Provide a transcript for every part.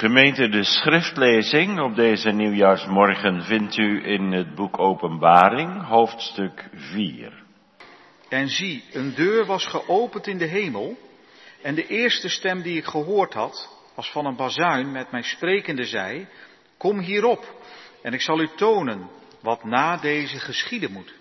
Gemeente, de schriftlezing op deze nieuwjaarsmorgen vindt u in het boek Openbaring, hoofdstuk 4. En zie, een deur was geopend in de hemel, en de eerste stem die ik gehoord had, als van een bazuin met mij sprekende zei, kom hierop, en ik zal u tonen wat na deze geschieden moet.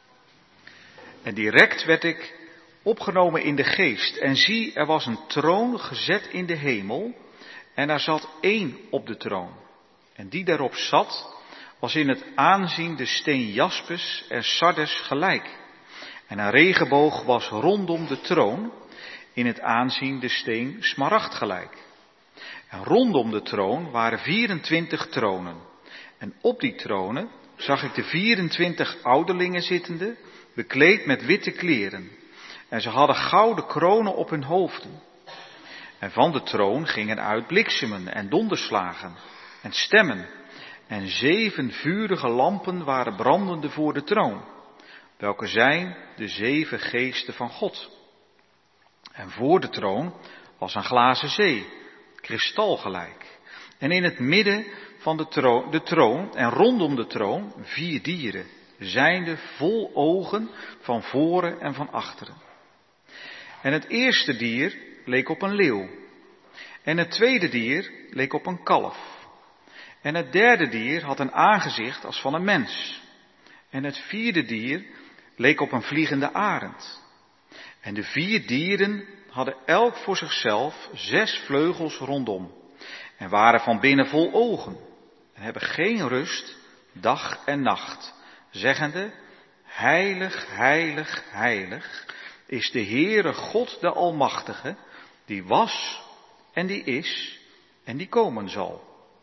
En direct werd ik opgenomen in de geest, en zie, er was een troon gezet in de hemel, en er zat één op de troon. En die daarop zat, was in het aanzien de steen jaspis en sardes gelijk. En een regenboog was rondom de troon, in het aanzien de steen smaragd gelijk. En rondom de troon waren 24 tronen. En op die tronen zag ik de 24 ouderlingen zittende, bekleed met witte kleren. En ze hadden gouden kronen op hun hoofden. En van de troon gingen uit bliksemen en donderslagen en stemmen. En 7 vurige lampen waren brandende voor de troon, welke zijn de 7 geesten van God. En voor de troon was een glazen zee, kristalgelijk. En in het midden van de troon en rondom de troon 4 dieren, zijnde vol ogen van voren en van achteren. En het eerste dier leek op een leeuw. En het tweede dier leek op een kalf. En het derde dier had een aangezicht als van een mens. En het vierde dier leek op een vliegende arend. En de 4 dieren hadden elk voor zichzelf 6 vleugels rondom. En waren van binnen vol ogen. En hebben geen rust, dag en nacht. Zeggende, heilig, heilig, heilig is de Heere God de Almachtige, die was en die is en die komen zal.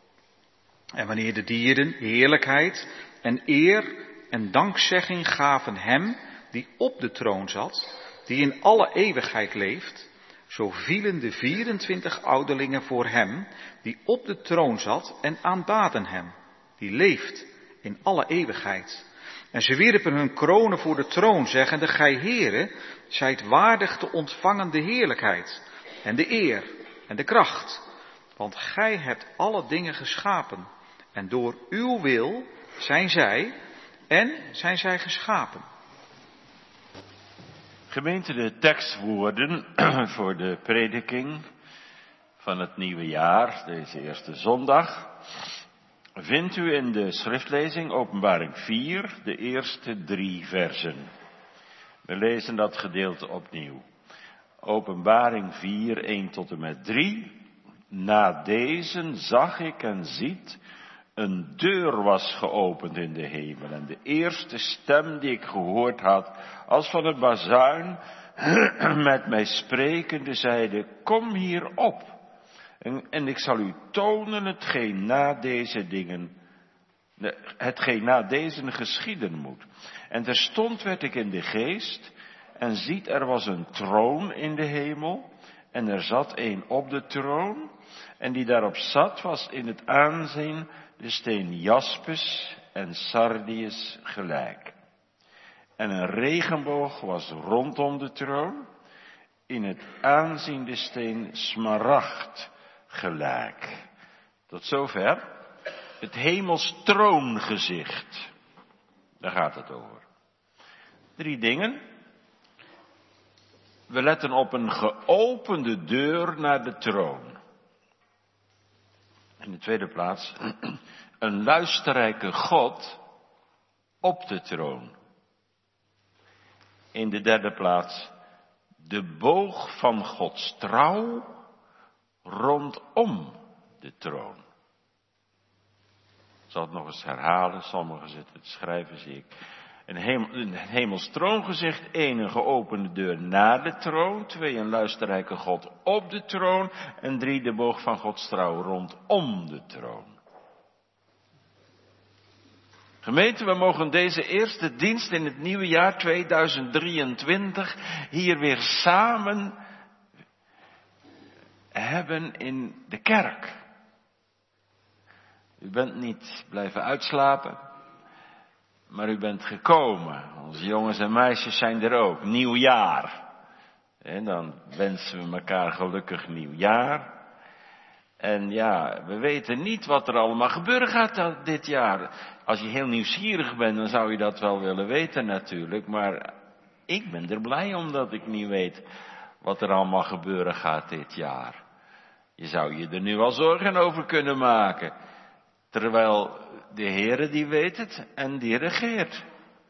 En wanneer de dieren heerlijkheid en eer en dankzegging gaven hem die op de troon zat, die in alle eeuwigheid leeft, zo vielen de 24 ouderlingen voor hem die op de troon zat en aanbaden hem, die leeft in alle eeuwigheid. En ze wierpen hun kronen voor de troon, zeggende, gij Heere, zijt waardig te ontvangen de heerlijkheid en de eer en de kracht. Want gij hebt alle dingen geschapen. En door uw wil zijn zij geschapen. Gemeente, de tekstwoorden voor de prediking van het nieuwe jaar, deze eerste zondag, vindt u in de schriftlezing Openbaring 4, de eerste 3 versen. We lezen dat gedeelte opnieuw. Openbaring 4, 1 tot en met 3. Na deze zag ik en ziet, een deur was geopend in de hemel. En de eerste stem die ik gehoord had, als van een bazuin, met mij sprekende, zeide, kom hier op. En ik zal u tonen hetgeen na deze geschieden moet. En terstond werd ik in de geest, en ziet, er was een troon in de hemel, en er zat een op de troon, en die daarop zat was in het aanzien de steen jaspis en sardius gelijk. En een regenboog was rondom de troon, in het aanzien de steen smaragd gelijk. Tot zover het hemels troongezicht. Daar gaat het over. 3 dingen. We letten op een geopende deur naar de troon. In de tweede plaats, een luisterrijke God op de troon. In de derde plaats, de boog van Gods trouw rondom de troon. Ik zal het nog eens herhalen, sommigen zitten te schrijven, zie ik. Een hemels troongezicht, 1 een geopende deur naar de troon, 2 een luisterrijke God op de troon en 3 de boog van Gods trouw rondom de troon. Gemeente, we mogen deze eerste dienst in het nieuwe jaar 2023 hier weer samen hebben in de kerk. U bent niet blijven uitslapen, maar u bent gekomen. Onze jongens en meisjes zijn er ook. Nieuw jaar. En dan wensen we elkaar gelukkig nieuw jaar. En ja, we weten niet wat er allemaal gebeuren gaat dit jaar. Als je heel nieuwsgierig bent, dan zou je dat wel willen weten natuurlijk. Maar ik ben er blij omdat ik niet weet wat er allemaal gebeuren gaat dit jaar. Je zou je er nu al zorgen over kunnen maken. Terwijl de Heere die weet het en die regeert.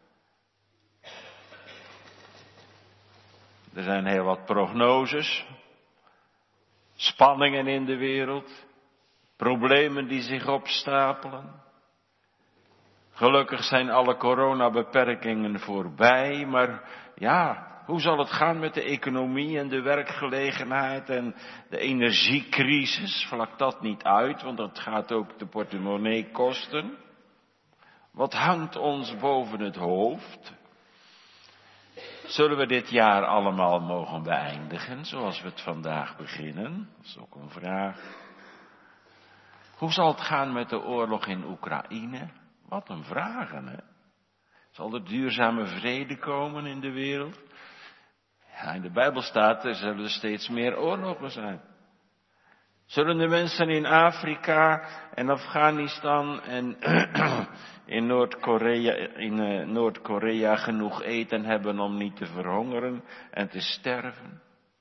Er zijn heel wat prognoses. Spanningen in de wereld. Problemen die zich opstapelen. Gelukkig zijn alle coronabeperkingen voorbij, maar ja, hoe zal het gaan met de economie en de werkgelegenheid en de energiecrisis? Vlak dat niet uit, want dat gaat ook de portemonnee kosten. Wat hangt ons boven het hoofd? Zullen we dit jaar allemaal mogen beëindigen zoals we het vandaag beginnen? Dat is ook een vraag. Hoe zal het gaan met de oorlog in Oekraïne? Wat een vragen, hè? Zal er duurzame vrede komen in de wereld? Ja, in de Bijbel staat, er zullen steeds meer oorlogen zijn. Zullen de mensen in Afrika en Afghanistan en in Noord-Korea genoeg eten hebben om niet te verhongeren en te sterven?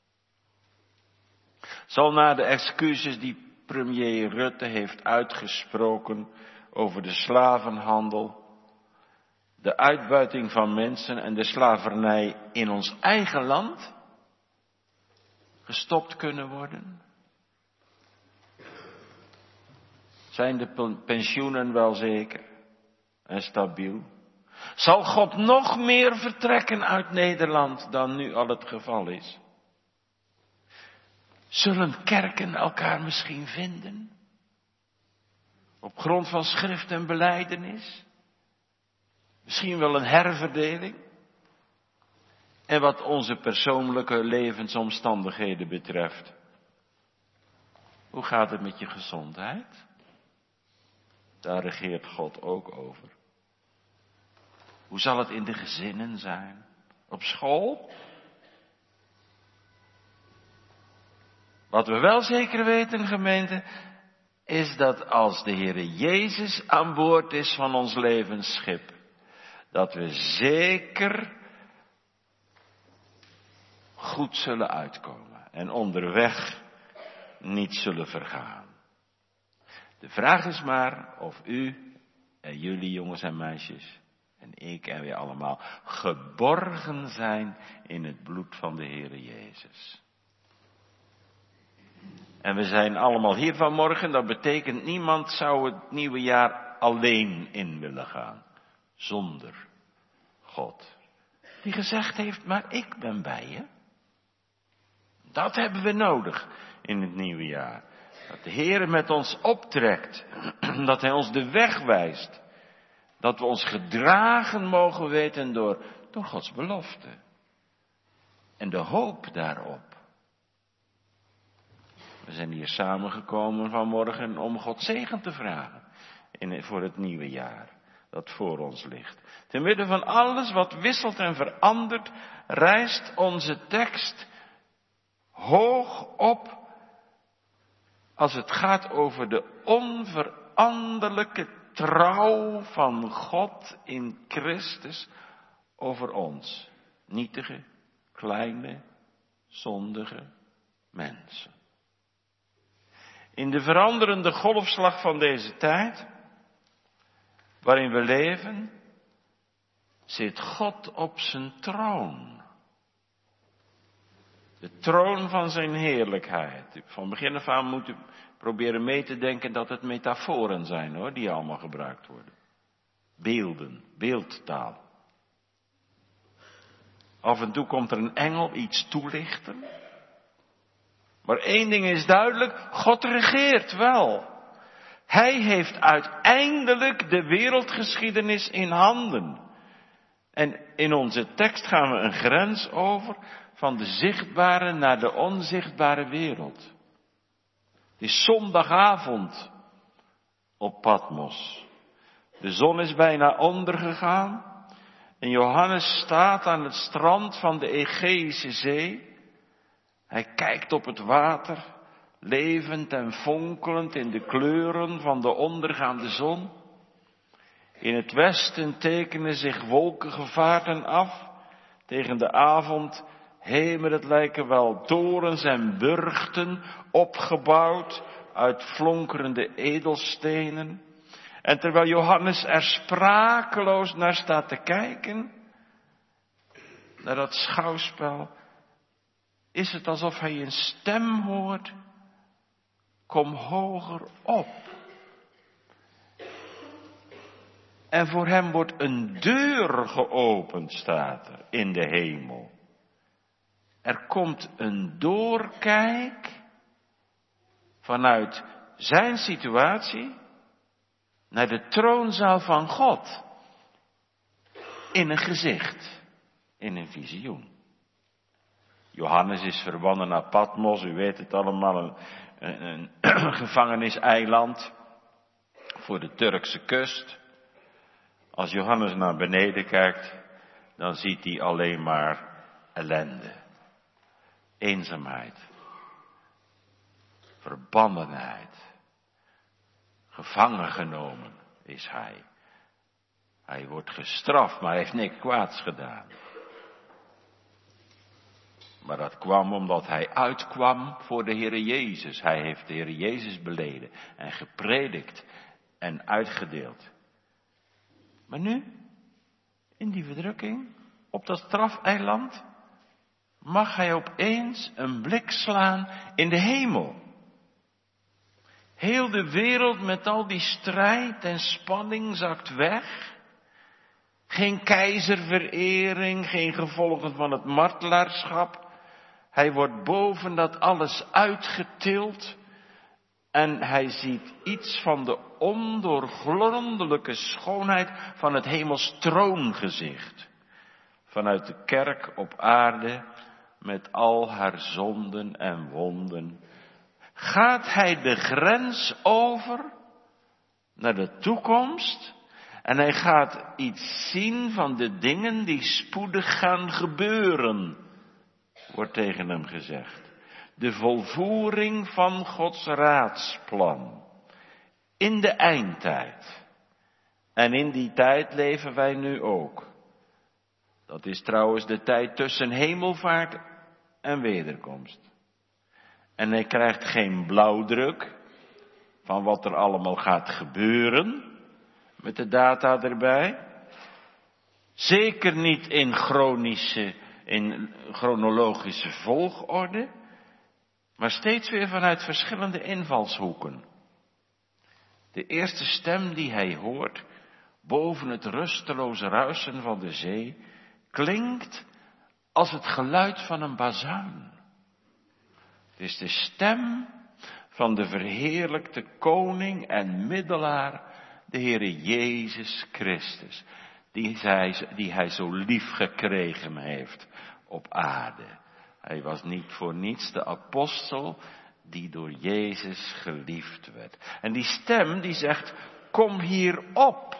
Zal na de excuses die premier Rutte heeft uitgesproken over de slavenhandel, de uitbuiting van mensen en de slavernij in ons eigen land gestopt kunnen worden? Zijn de pensioenen wel zeker en stabiel? Zal God nog meer vertrekken uit Nederland dan nu al het geval is? Zullen kerken elkaar misschien vinden? Op grond van schrift en belijdenis? Misschien wel een herverdeling? En wat onze persoonlijke levensomstandigheden betreft. Hoe gaat het met je gezondheid? Daar regeert God ook over. Hoe zal het in de gezinnen zijn? Op school? Wat we wel zeker weten, gemeente, is dat als de Heere Jezus aan boord is van ons levensschip, dat we zeker goed zullen uitkomen en onderweg niet zullen vergaan. De vraag is maar of u en jullie jongens en meisjes en ik en wij allemaal geborgen zijn in het bloed van de Heere Jezus. En we zijn allemaal hier vanmorgen, dat betekent niemand zou het nieuwe jaar alleen in willen gaan. Zonder God. Die gezegd heeft, maar ik ben bij je. Dat hebben we nodig in het nieuwe jaar. Dat de Heer met ons optrekt. Dat Hij ons de weg wijst. Dat we ons gedragen mogen weten door Gods belofte. En de hoop daarop. We zijn hier samengekomen vanmorgen om Gods zegen te vragen. Voor het nieuwe jaar dat voor ons ligt. Te midden van alles wat wisselt en verandert, rijst onze tekst hoog op als het gaat over de onveranderlijke trouw van God in Christus over ons. Nietige, kleine, zondige mensen. In de veranderende golfslag van deze tijd, waarin we leven, zit God op zijn troon. De troon van zijn heerlijkheid. Van begin af aan moet u proberen mee te denken dat het metaforen zijn hoor, die allemaal gebruikt worden. Beelden, beeldtaal. Af en toe komt er een engel iets toelichten. Maar één ding is duidelijk, God regeert wel. Hij heeft uiteindelijk de wereldgeschiedenis in handen. En in onze tekst gaan we een grens over van de zichtbare naar de onzichtbare wereld. Het is zondagavond op Patmos. De zon is bijna ondergegaan en Johannes staat aan het strand van de Egeïsche Zee. Hij kijkt op het water, levend en fonkelend in de kleuren van de ondergaande zon. In het westen tekenen zich wolkengevaarten af. Tegen de avond hemel, het lijken wel torens en burchten, opgebouwd uit flonkerende edelstenen. En terwijl Johannes er sprakeloos naar staat te kijken, naar dat schouwspel, is het alsof hij een stem hoort: kom hoger op. En voor hem wordt een deur geopend, staat er, in de hemel. Er komt een doorkijk vanuit zijn situatie naar de troonzaal van God. In een gezicht, in een visioen. Johannes is verbannen naar Patmos, u weet het allemaal, een gevangeniseiland voor de Turkse kust. Als Johannes naar beneden kijkt, dan ziet hij alleen maar ellende, eenzaamheid, verbannenheid. Gevangen genomen is hij. Hij wordt gestraft, maar hij heeft niks kwaads gedaan. Maar dat kwam omdat hij uitkwam voor de Heere Jezus. Hij heeft de Heere Jezus beleden en gepredikt en uitgedeeld. Maar nu, in die verdrukking, op dat strafeiland, mag hij opeens een blik slaan in de hemel. Heel de wereld met al die strijd en spanning zakt weg. Geen keizerverering, geen gevolgen van het martelaarschap. Hij wordt boven dat alles uitgetild. En hij ziet iets van de ondoorgrondelijke schoonheid van het hemels troongezicht. Vanuit de kerk op aarde met al haar zonden en wonden. Gaat hij de grens over naar de toekomst en hij gaat iets zien van de dingen die spoedig gaan gebeuren, wordt tegen hem gezegd. De volvoering van Gods raadsplan in de eindtijd. En in die tijd leven wij nu ook. Dat is trouwens de tijd tussen hemelvaart en wederkomst. En hij krijgt geen blauwdruk van wat er allemaal gaat gebeuren, met de data erbij. Zeker niet in chronologische volgorde, maar steeds weer vanuit verschillende invalshoeken. De eerste stem die hij hoort, boven het rusteloze ruisen van de zee, klinkt als het geluid van een bazuin. Het is de stem van de verheerlijkte koning en middelaar, de Heere Jezus Christus, die hij zo lief gekregen heeft op aarde. Hij was niet voor niets de apostel die door Jezus geliefd werd. En die stem die zegt, kom hier op.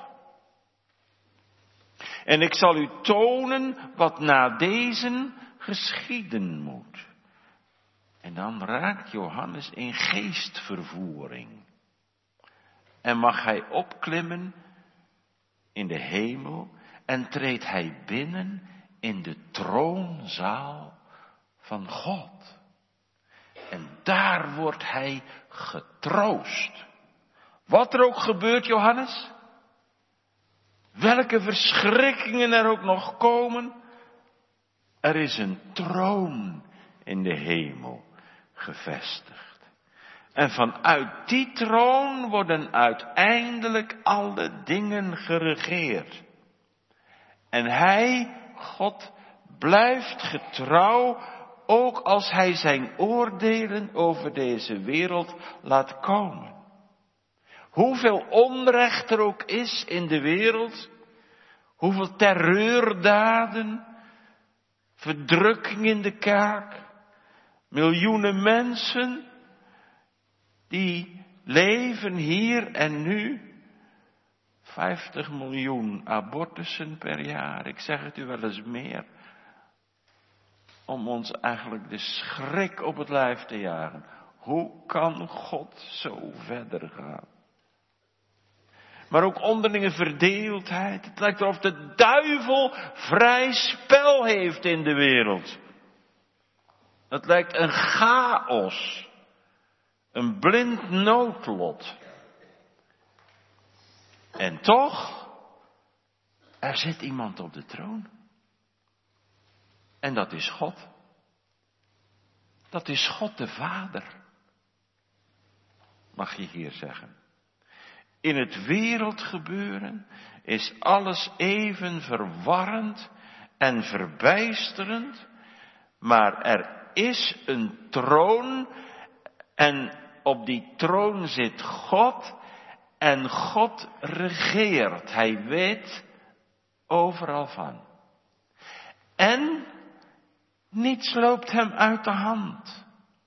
En ik zal u tonen wat na deze geschieden moet. En dan raakt Johannes in geestvervoering. En mag hij opklimmen in de hemel en treedt hij binnen in de troonzaal van God. En daar wordt hij getroost. Wat er ook gebeurt, Johannes, welke verschrikkingen er ook nog komen, er is een troon in de hemel gevestigd. En vanuit die troon worden uiteindelijk alle dingen geregeerd. En hij, God, blijft getrouw, ook als hij zijn oordelen over deze wereld laat komen. Hoeveel onrecht er ook is in de wereld, hoeveel terreurdaden, verdrukking in de kerk, miljoenen mensen die leven hier en nu. 50 miljoen abortussen per jaar, ik zeg het u wel eens meer, om ons eigenlijk de schrik op het lijf te jagen. Hoe kan God zo verder gaan? Maar ook onderlinge verdeeldheid. Het lijkt alsof de duivel vrij spel heeft in de wereld. Het lijkt een chaos. Een blind noodlot. En toch, er zit iemand op de troon. En dat is God. Dat is God de Vader. Mag je hier zeggen. In het wereldgebeuren is alles even verwarrend en verbijsterend. Maar er is een troon en op die troon zit God en God regeert. Hij weet overal van. En niets loopt hem uit de hand.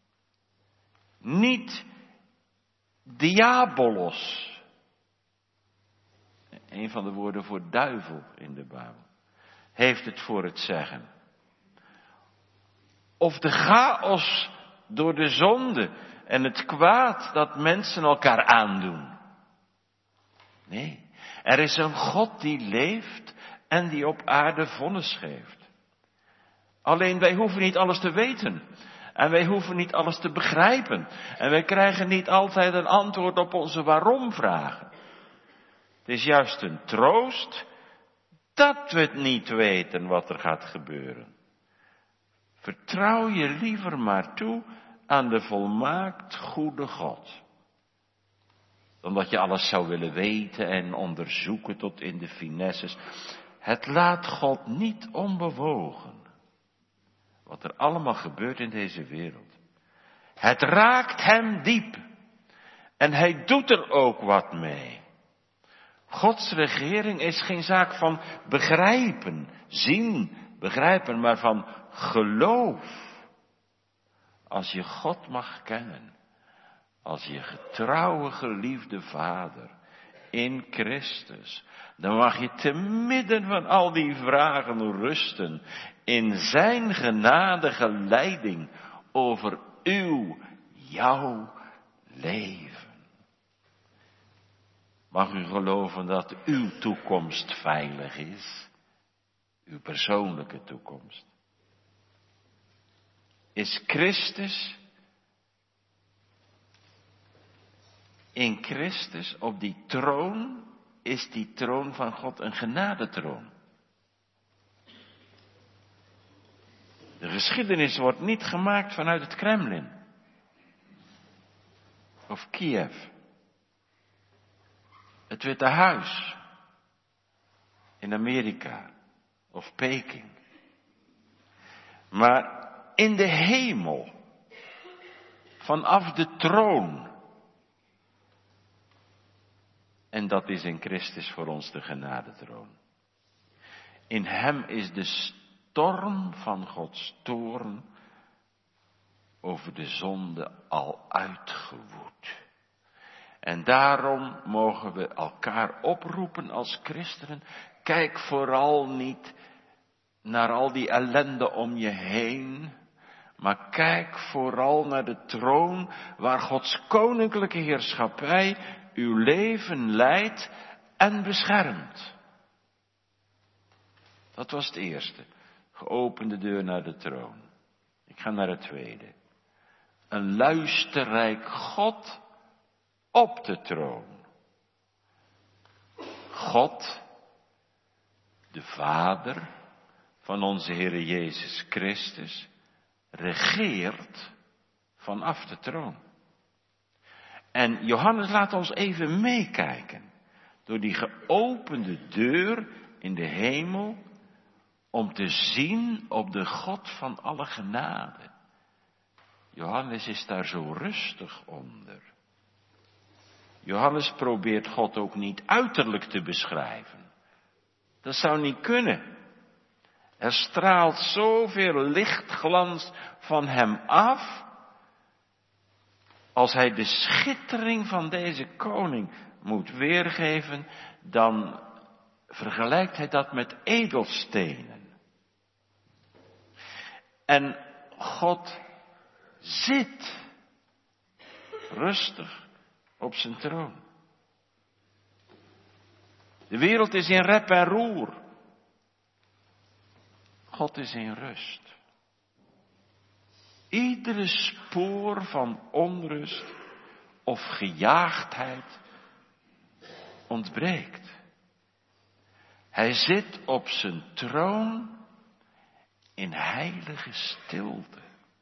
Niet diabolos. Een van de woorden voor duivel in de Bijbel. Heeft het voor het zeggen. Of de chaos door de zonde en het kwaad dat mensen elkaar aandoen. Nee, er is een God die leeft en die op aarde vonnis geeft. Alleen wij hoeven niet alles te weten. En wij hoeven niet alles te begrijpen. En wij krijgen niet altijd een antwoord op onze waarom-vragen. Het is juist een troost dat we het niet weten wat er gaat gebeuren. Vertrouw je liever maar toe aan de volmaakt goede God. Dan dat je alles zou willen weten en onderzoeken tot in de finesses. Het laat God niet onbewogen. Wat er allemaal gebeurt in deze wereld. Het raakt hem diep. En hij doet er ook wat mee. Gods regering is geen zaak van begrijpen, zien, begrijpen, maar van geloof. Als je God mag kennen, als je getrouwe geliefde Vader in Christus, dan mag je te midden van al die vragen rusten in zijn genadige leiding over jouw leven. Mag u geloven dat uw toekomst veilig is? Uw persoonlijke toekomst. Is Christus in Christus op die troon, is die troon van God een genadetroon? De geschiedenis wordt niet gemaakt vanuit het Kremlin. Of Kiev. Het Witte Huis. In Amerika. Of Peking. Maar in de hemel. Vanaf de troon. En dat is in Christus voor ons de genadetroon. In hem is de storm van Gods toorn over de zonde al uitgewoed. En daarom mogen we elkaar oproepen als christenen. Kijk vooral niet naar al die ellende om je heen. Maar kijk vooral naar de troon waar Gods koninklijke heerschappij uw leven leidt en beschermt. Dat was het eerste. Geopende deur naar de troon. Ik ga naar het tweede. Een luisterrijk God op de troon. God, de Vader van onze Heer Jezus Christus, regeert vanaf de troon. En Johannes laat ons even meekijken door die geopende deur in de hemel om te zien op de God van alle genade. Johannes is daar zo rustig onder. Johannes probeert God ook niet uiterlijk te beschrijven. Dat zou niet kunnen. Er straalt zoveel lichtglans van hem af. Als hij de schittering van deze koning moet weergeven, dan vergelijkt hij dat met edelstenen. En God zit rustig op zijn troon. De wereld is in rep en roer. God is in rust. Iedere spoor van onrust of gejaagdheid ontbreekt. Hij zit op zijn troon in heilige stilte.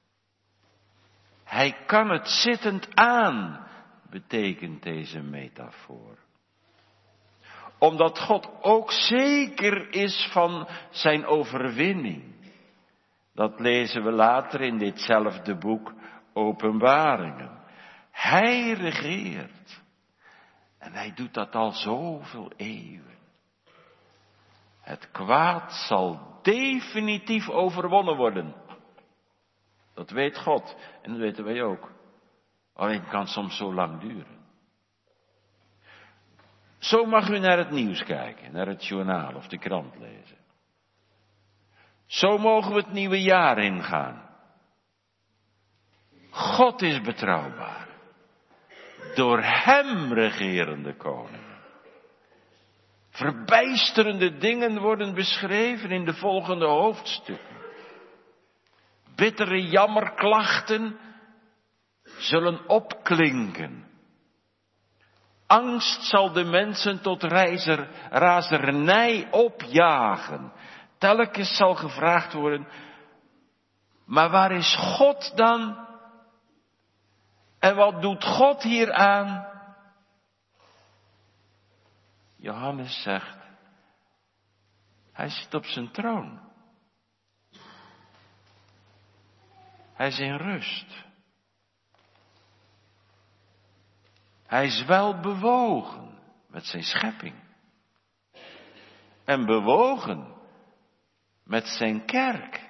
Hij kan het zittend aan, betekent deze metafoor. Omdat God ook zeker is van zijn overwinning. Dat lezen we later in ditzelfde boek Openbaringen. Hij regeert. En hij doet dat al zoveel eeuwen. Het kwaad zal definitief overwonnen worden. Dat weet God en dat weten wij ook. Alleen het kan soms zo lang duren. Zo mag u naar het nieuws kijken, naar het journaal of de krant lezen. Zo mogen we het nieuwe jaar ingaan. God is betrouwbaar. Door hem regerende koningen. Verbijsterende dingen worden beschreven in de volgende hoofdstukken. Bittere jammerklachten zullen opklinken. Angst zal de mensen tot razernij opjagen. Telkens zal gevraagd worden, maar waar is God dan? En wat doet God hier aan? Johannes zegt, hij zit op zijn troon. Hij is in rust. Hij is wel bewogen met zijn schepping. En bewogen met zijn kerk.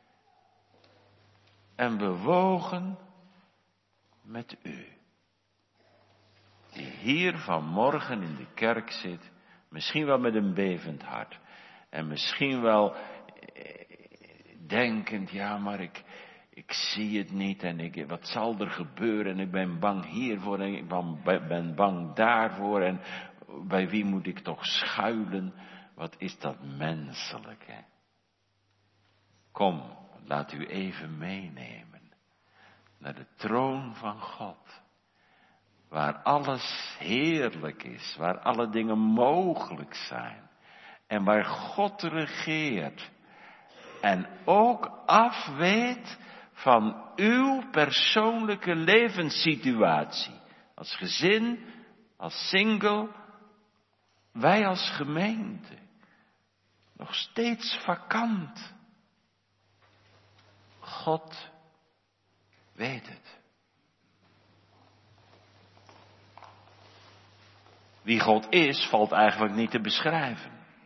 En bewogen met u. Die hier vanmorgen in de kerk zit. Misschien wel met een bevend hart. En misschien wel denkend, ja maar ik zie het niet en wat zal er gebeuren en ik ben bang hiervoor en ik ben bang daarvoor en bij wie moet ik toch schuilen? Wat is dat menselijk, hè? Kom, laat u even meenemen naar de troon van God, waar alles heerlijk is, waar alle dingen mogelijk zijn en waar God regeert en ook afweet van uw persoonlijke levenssituatie. Als gezin, als single, wij als gemeente. Nog steeds vakant. God weet het. Wie God is, valt eigenlijk niet te beschrijven.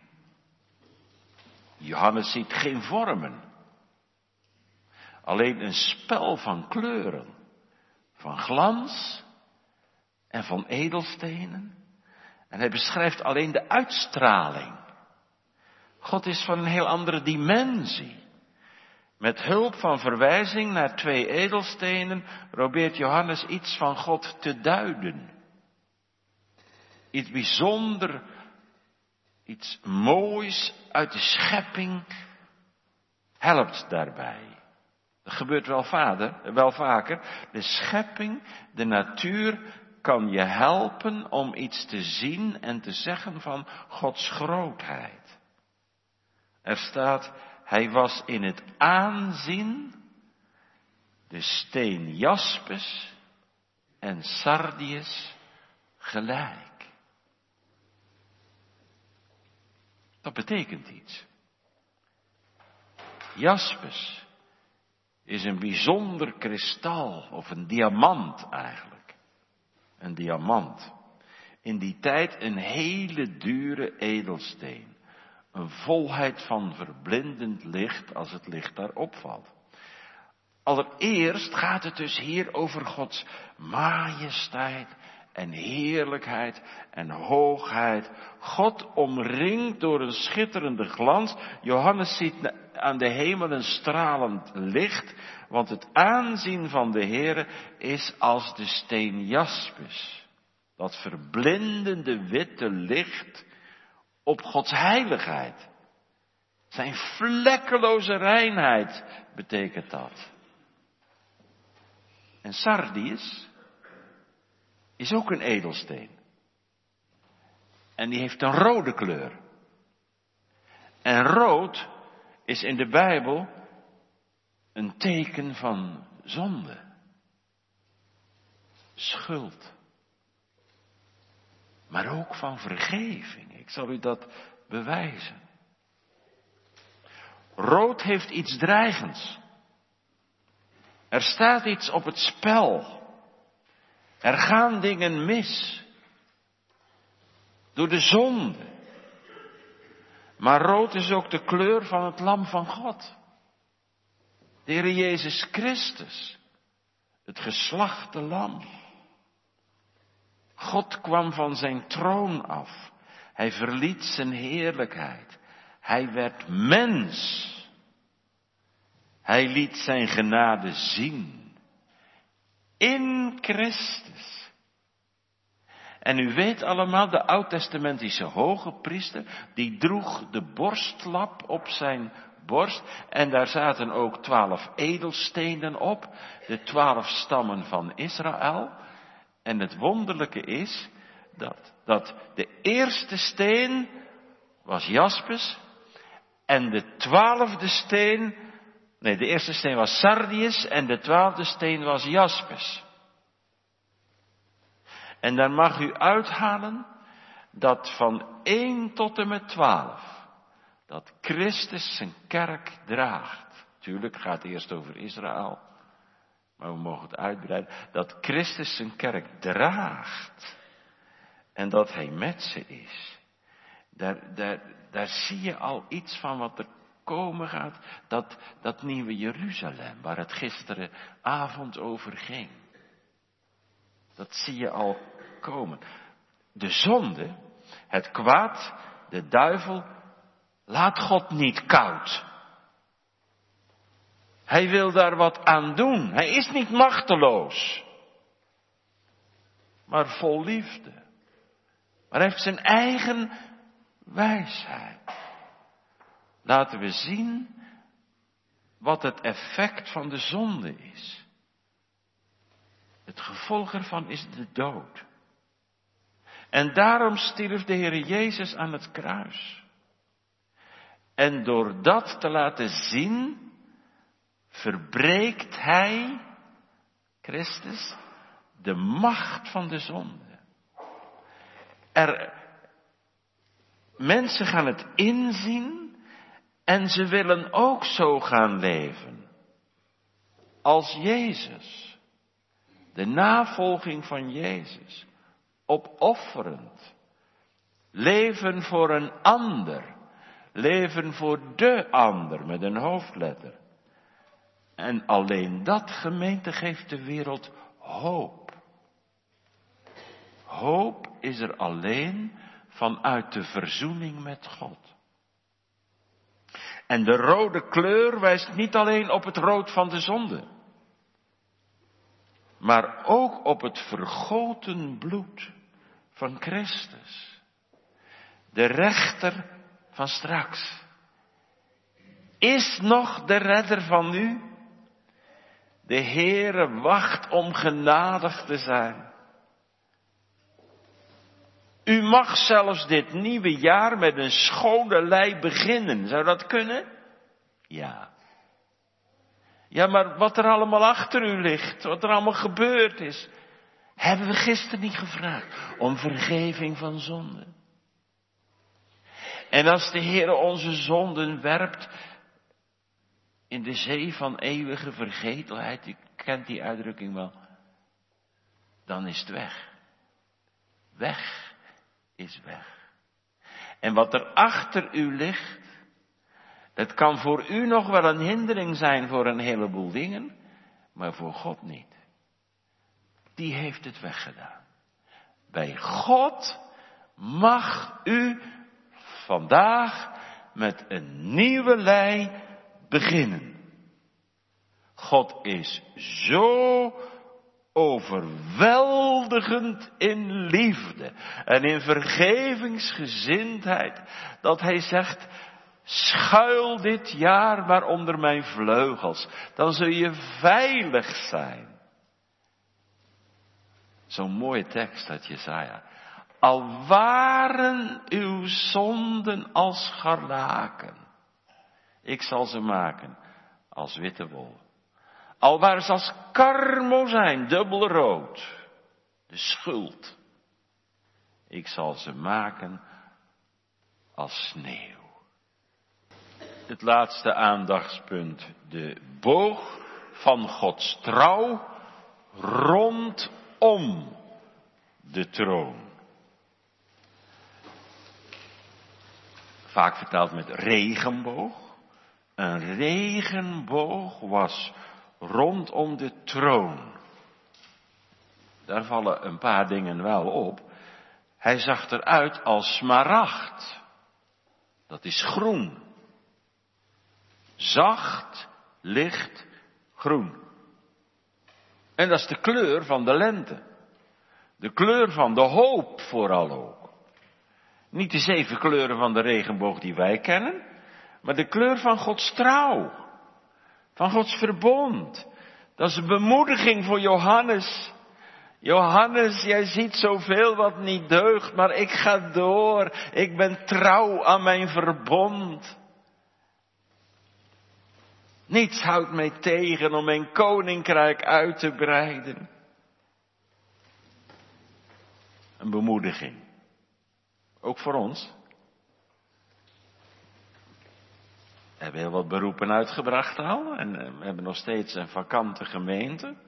Johannes ziet geen vormen. Alleen een spel van kleuren, van glans en van edelstenen. En hij beschrijft alleen de uitstraling. God is van een heel andere dimensie. Met hulp van verwijzing naar 2 edelstenen probeert Johannes iets van God te duiden. Iets bijzonder, iets moois uit de schepping helpt daarbij. Dat gebeurt wel vaker. De schepping, de natuur kan je helpen om iets te zien en te zeggen van Gods grootheid. Er staat, hij was in het aanzien de steen jaspis en sardius gelijk. Dat betekent iets. Jaspis is een bijzonder kristal, of een diamant eigenlijk. Een diamant. In die tijd een hele dure edelsteen. Een volheid van verblindend licht als het licht daarop valt. Allereerst gaat het dus hier over Gods majesteit en heerlijkheid en hoogheid. God omringt door een schitterende glans. Johannes ziet aan de hemel een stralend licht, want het aanzien van de Heere is als de steen jaspis. Dat verblindende witte licht op Gods heiligheid. Zijn vlekkeloze reinheid betekent dat. En sardius is ook een edelsteen. En die heeft een rode kleur. En rood is in de Bijbel een teken van zonde. Schuld. Maar ook van vergeving. Ik zal u dat bewijzen. Rood heeft iets dreigends. Er staat iets op het spel. Er gaan dingen mis. Door de zonde. Maar rood is ook de kleur van het lam van God. De Heer Jezus Christus. Het geslachte lam. God kwam van zijn troon af. Hij verliet zijn heerlijkheid. Hij werd mens. Hij liet zijn genade zien. In Christus. En u weet allemaal, de oud-testamentische hoge priester, die droeg de borstlap op zijn borst. En daar zaten ook 12 edelstenen op. De 12 stammen van Israël. En het wonderlijke is dat de eerste steen was jaspis. En de 12e steen, de eerste steen was sardius en de 12e steen was jaspis. En dan mag u uithalen dat van 1 tot en met 12, dat Christus zijn kerk draagt. Tuurlijk gaat het eerst over Israël, maar we mogen het uitbreiden. Dat Christus zijn kerk draagt en dat hij met ze is. Daar zie je al iets van wat er komen gaat. Dat nieuwe Jeruzalem, waar het gisteravond over ging. Dat zie je al komen. De zonde, het kwaad, de duivel, laat God niet koud. Hij wil daar wat aan doen. Hij is niet machteloos. Maar vol liefde. Maar hij heeft zijn eigen wijsheid. Laten we zien wat het effect van de zonde is. Het gevolg ervan is de dood. En daarom stierf de Heer Jezus aan het kruis. En door dat te laten zien, verbreekt hij, Christus, de macht van de zonde. Mensen gaan het inzien en ze willen ook zo gaan leven. Als Jezus. De navolging van Jezus. Opofferend. Leven voor een ander. Leven voor de ander met een hoofdletter. En alleen dat, gemeente, geeft de wereld hoop. Hoop is er alleen vanuit de verzoening met God. En de rode kleur wijst niet alleen op het rood van de zonde, maar ook op het vergoten bloed van Christus. De rechter van straks. Is nog de redder van u? De Heere wacht om genadig te zijn. U mag zelfs dit nieuwe jaar met een schone lei beginnen. Zou dat kunnen? Ja. Ja, maar wat er allemaal achter u ligt, wat er allemaal gebeurd is, hebben we gisteren niet gevraagd om vergeving van zonden. En als de Heere onze zonden werpt in de zee van eeuwige vergetelheid, u kent die uitdrukking wel, dan is het weg. Weg is weg. En wat er achter u ligt, het kan voor u nog wel een hindering zijn voor een heleboel dingen, maar voor God niet. Die heeft het weggedaan. Bij God mag u vandaag met een nieuwe lei beginnen. God is zo overweldigend in liefde en in vergevingsgezindheid, dat hij zegt, schuil dit jaar maar onder mijn vleugels, dan zul je veilig zijn. Zo'n mooie tekst uit Jesaja. Al waren uw zonden als scharlaken, ik zal ze maken als witte wol. Al waren ze als karmozijn, dubbelrood, de schuld, ik zal ze maken als sneeuw. Het laatste aandachtspunt, de boog van Gods trouw rondom de troon. Vaak vertaald met regenboog. Een regenboog was rondom de troon. Daar vallen een paar dingen wel op. Hij zag eruit als smaragd. Dat is groen. Zacht, licht, groen. En dat is de kleur van de lente. De kleur van de hoop vooral ook. Niet de 7 kleuren van de regenboog die wij kennen, maar de kleur van Gods trouw. Van Gods verbond. Dat is een bemoediging voor Johannes. Johannes, jij ziet zoveel wat niet deugt, maar ik ga door. Ik ben trouw aan mijn verbond. Niets houdt mij tegen om mijn koninkrijk uit te breiden. Een bemoediging. Ook voor ons. We hebben heel wat beroepen uitgebracht al. En we hebben nog steeds een vakante gemeente.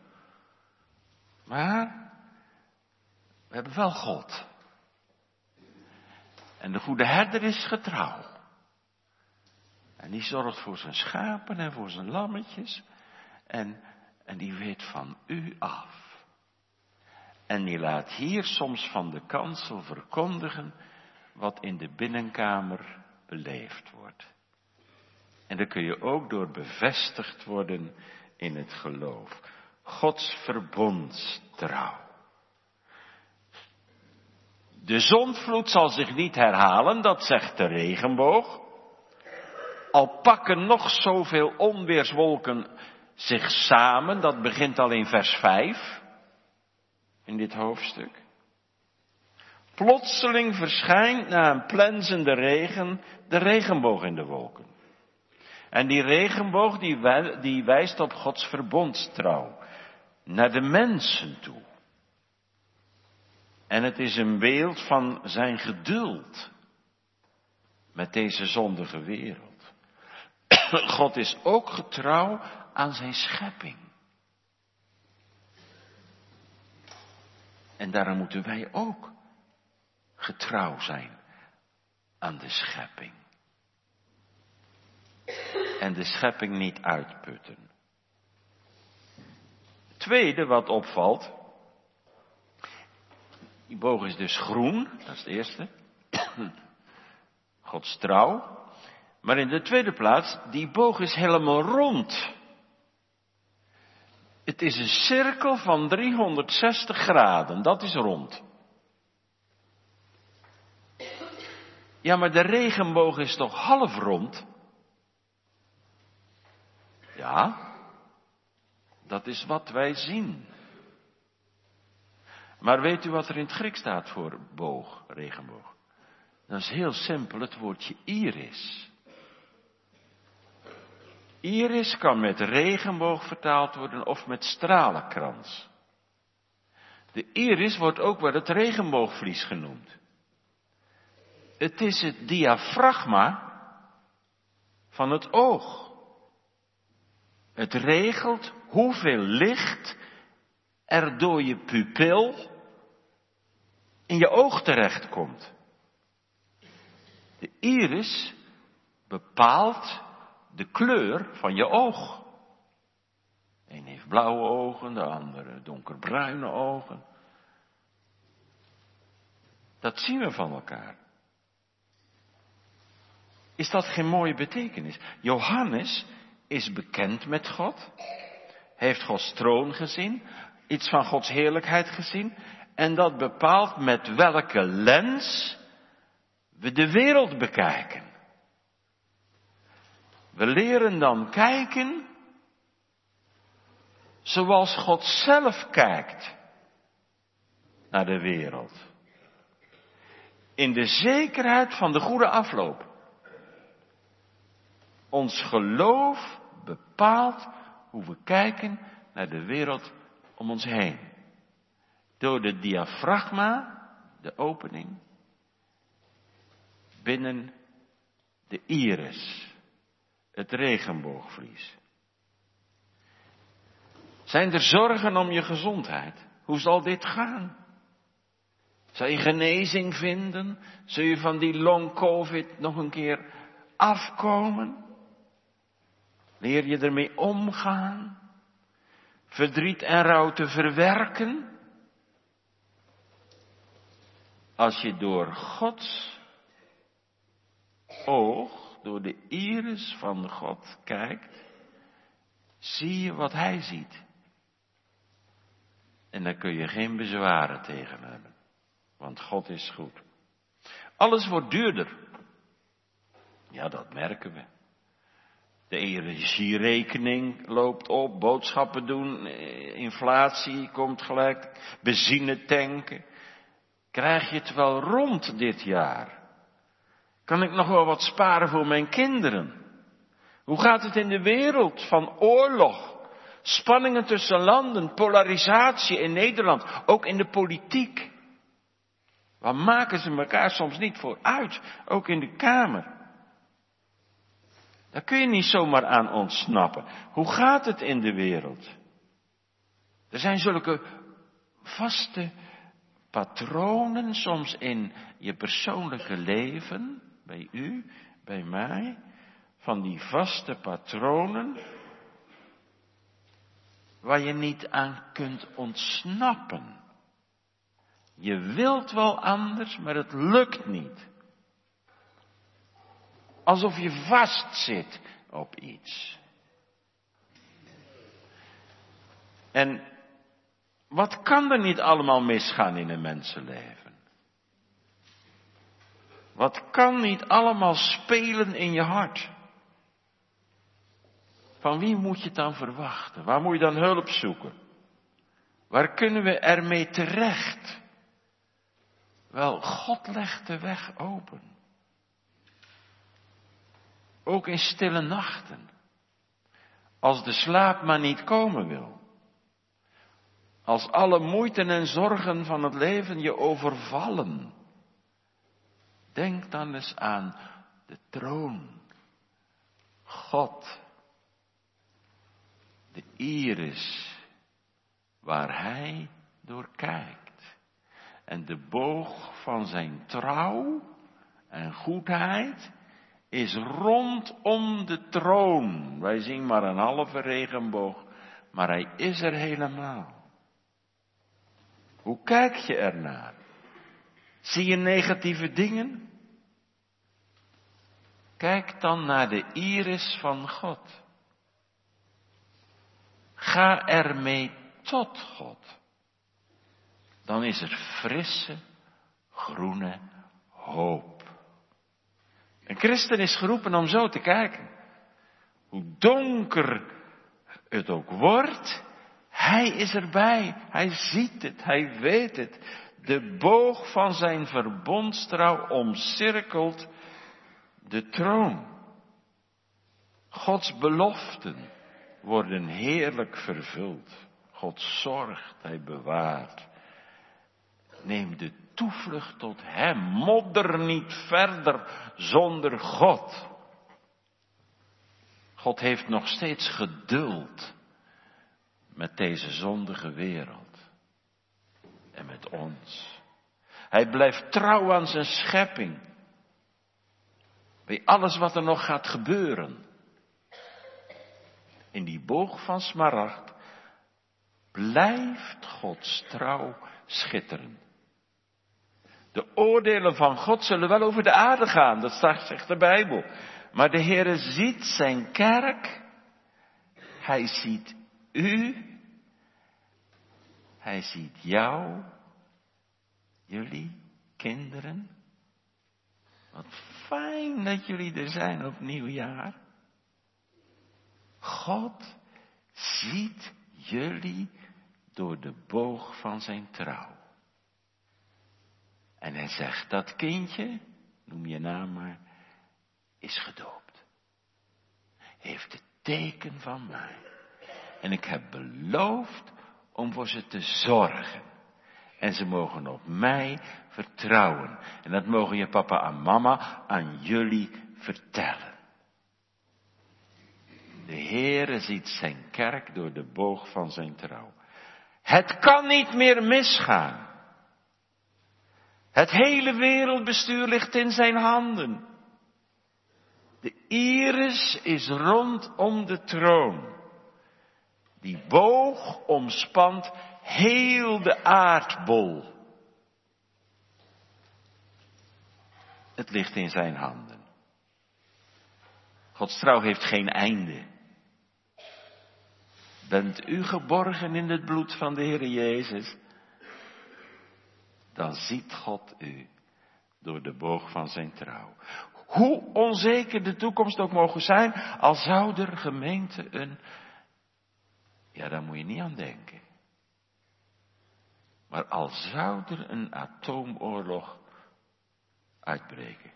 Maar we hebben wel God. En de goede herder is getrouw. En die zorgt voor zijn schapen en voor zijn lammetjes. En die weet van u af. En die laat hier soms van de kansel verkondigen wat in de binnenkamer beleefd wordt. En daar kun je ook door bevestigd worden in het geloof. Gods verbondstrouw. De zondvloed zal zich niet herhalen, dat zegt de regenboog. Al pakken nog zoveel onweerswolken zich samen, dat begint al in vers 5 in dit hoofdstuk. Plotseling verschijnt na een plensende regen de regenboog in de wolken. En die regenboog die wijst op Gods verbondstrouw naar de mensen toe. En het is een beeld van zijn geduld met deze zondige wereld. God is ook getrouw aan zijn schepping. En daarom moeten wij ook getrouw zijn aan de schepping. En de schepping niet uitputten. Het tweede wat opvalt. Die boog is dus groen, dat is het eerste. Gods trouw. Maar in de tweede plaats, die boog is helemaal rond. Het is een cirkel van 360 graden, dat is rond. Ja, maar de regenboog is toch half rond? Ja, dat is wat wij zien. Maar weet u wat er in het Grieks staat voor boog, regenboog? Dat is heel simpel, het woordje iris. Iris kan met regenboog vertaald worden of met stralenkrans. De iris wordt ook wel het regenboogvlies genoemd. Het is het diafragma van het oog. Het regelt hoeveel licht er door je pupil in je oog terechtkomt. De iris bepaalt de kleur van je oog. De een heeft blauwe ogen, de andere donkerbruine ogen. Dat zien we van elkaar. Is dat geen mooie betekenis? Johannes is bekend met God, heeft Gods troon gezien, iets van Gods heerlijkheid gezien, en dat bepaalt met welke lens we de wereld bekijken. We leren dan kijken zoals God zelf kijkt naar de wereld. In de zekerheid van de goede afloop. Ons geloof bepaalt hoe we kijken naar de wereld om ons heen. Door de diafragma, de opening, binnen de iris, het regenboogvlies. Zijn er zorgen om je gezondheid? Hoe zal dit gaan? Zal je genezing vinden? Zul je van die long covid nog een keer afkomen? Leer je ermee omgaan? Verdriet en rouw te verwerken? Als je door Gods oog, door de iris van God kijkt, zie je wat Hij ziet. En daar kun je geen bezwaren tegen hebben. Want God is goed. Alles wordt duurder. Ja, dat merken we. De energierekening loopt op, boodschappen doen, inflatie komt gelijk, benzine tanken. Krijg je het wel rond dit jaar? Kan ik nog wel wat sparen voor mijn kinderen? Hoe gaat het in de wereld van oorlog? Spanningen tussen landen, polarisatie in Nederland, ook in de politiek. Waar maken ze elkaar soms niet voor uit, ook in de Kamer? Daar kun je niet zomaar aan ontsnappen. Hoe gaat het in de wereld? Er zijn zulke vaste patronen soms in je persoonlijke leven, bij u, bij mij, van die vaste patronen waar je niet aan kunt ontsnappen. Je wilt wel anders, maar het lukt niet. Alsof je vastzit op iets. En wat kan er niet allemaal misgaan in een mensenleven? Wat kan niet allemaal spelen in je hart? Van wie moet je het dan verwachten? Waar moet je dan hulp zoeken? Waar kunnen we ermee terecht? Wel, God legt de weg open. Ook in stille nachten. Als de slaap maar niet komen wil. Als alle moeiten en zorgen van het leven je overvallen. Denk dan eens aan de troon. God. De iris waar Hij door kijkt. En de boog van zijn trouw en goedheid is rondom de troon. Wij zien maar een halve regenboog, maar Hij is er helemaal. Hoe kijk je ernaar? Zie je negatieve dingen? Kijk dan naar de iris van God. Ga ermee tot God. Dan is er frisse, groene hoop. Een christen is geroepen om zo te kijken. Hoe donker het ook wordt, Hij is erbij. Hij ziet het, Hij weet het. De boog van zijn verbondstrouw omcirkelt de troon. Gods beloften worden heerlijk vervuld. God zorgt, Hij bewaart. Neem de toevlucht tot Hem. Modder niet verder zonder God. God heeft nog steeds geduld met deze zondige wereld. En met ons. Hij blijft trouw aan zijn schepping. Bij alles wat er nog gaat gebeuren. In die boog van smaragd blijft Gods trouw schitteren. De oordelen van God zullen wel over de aarde gaan, dat zegt de Bijbel. Maar de Heere ziet zijn kerk, hij ziet u, hij ziet jou, jullie kinderen. Wat fijn dat jullie er zijn op nieuwjaar. God ziet jullie door de boog van zijn trouw. En hij zegt, dat kindje, noem je naam maar, is gedoopt. Heeft het teken van mij. En ik heb beloofd om voor ze te zorgen. En ze mogen op mij vertrouwen. En dat mogen je papa en mama aan jullie vertellen. De Heere ziet zijn kerk door de boog van zijn trouw. Het kan niet meer misgaan. Het hele wereldbestuur ligt in zijn handen. De iris is rondom de troon. Die boog omspant heel de aardbol. Het ligt in zijn handen. Gods trouw heeft geen einde. Bent u geborgen in het bloed van de Heer Jezus? Dan ziet God u door de boog van zijn trouw. Hoe onzeker de toekomst ook mogen zijn, al zou er gemeente ja, daar moet je niet aan denken. Maar al zou er een atoomoorlog uitbreken.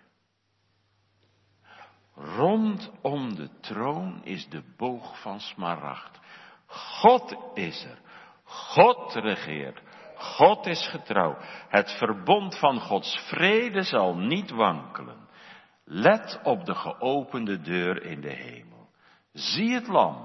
Rondom de troon is de boog van smaragd. God is er. God regeert. God is getrouw. Het verbond van Gods vrede zal niet wankelen. Let op de geopende deur in de hemel. Zie het lam.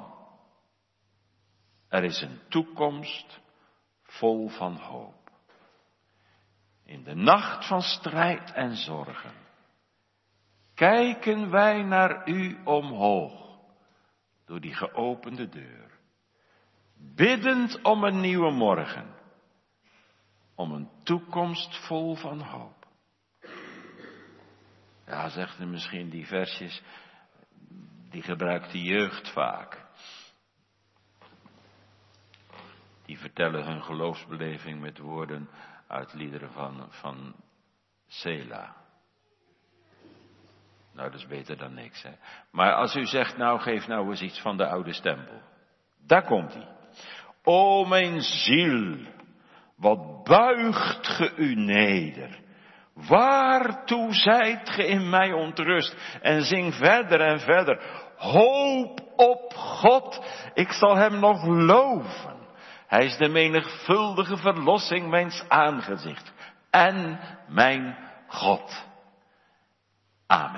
Er is een toekomst vol van hoop. In de nacht van strijd en zorgen kijken wij naar u omhoog door die geopende deur. Biddend om een nieuwe morgen. Om een toekomst vol van hoop. Ja, zegt u misschien die versjes, die gebruikt de jeugd vaak. Die vertellen hun geloofsbeleving met woorden uit liederen van Sela. Nou, dat is beter dan niks, hè. Maar als u zegt, nou, geef nou eens iets van de oude stempel. Daar komt hij. O mijn ziel, wat buigt ge u neder. Waartoe zijt ge in mij ontrust? En zing verder en verder. Hoop op God, ik zal hem nog loven. Hij is de menigvuldige verlossing mijns aangezicht. En mijn God. Amen.